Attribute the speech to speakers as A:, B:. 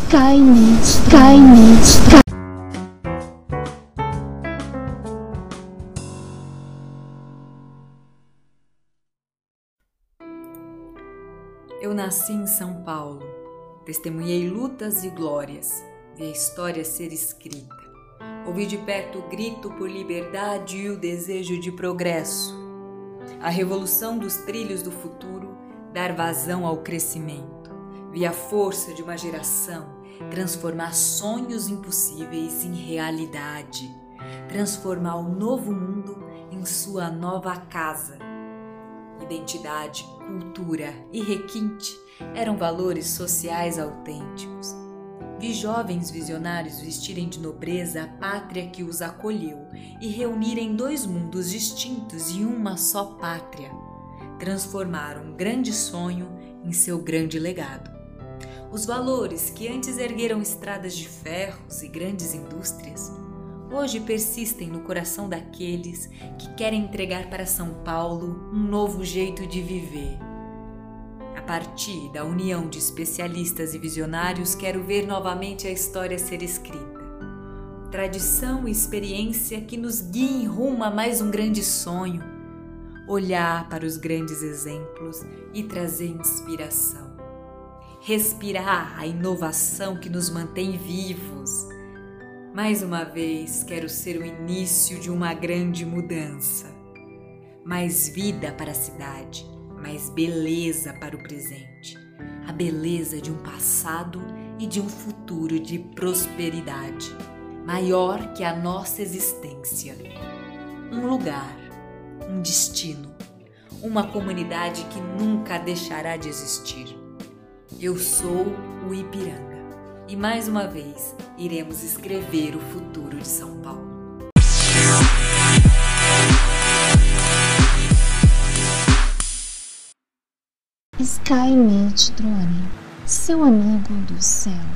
A: Skynet.
B: Eu nasci em São Paulo, testemunhei lutas e glórias, vi a história ser escrita. Ouvi de perto o grito por liberdade e o desejo de progresso. A revolução dos trilhos do futuro dar vazão ao crescimento. Vi a força de uma geração transformar sonhos impossíveis em realidade. Transformar o novo mundo em sua nova casa. Identidade, cultura e requinte eram valores sociais autênticos. Vi jovens visionários vestirem de nobreza a pátria que os acolheu e reunirem dois mundos distintos em uma só pátria. Transformaram um grande sonho em seu grande legado. Os valores que antes ergueram estradas de ferros e grandes indústrias, hoje persistem no coração daqueles que querem entregar para São Paulo um novo jeito de viver. A partir da união de especialistas e visionários, quero ver novamente a história ser escrita. Tradição e experiência que nos guiem rumo a mais um grande sonho. Olhar para os grandes exemplos e trazer inspiração. Respirar a inovação que nos mantém vivos. Mais uma vez, quero ser o início de uma grande mudança. Mais vida para a cidade, mais beleza para o presente. A beleza de um passado e de um futuro de prosperidade, maior que a nossa existência. Um lugar, um destino, uma comunidade que nunca deixará de existir. Eu sou o Ipiranga. E mais uma vez, iremos escrever o futuro de São Paulo.
A: Skynet Drone, seu amigo do céu.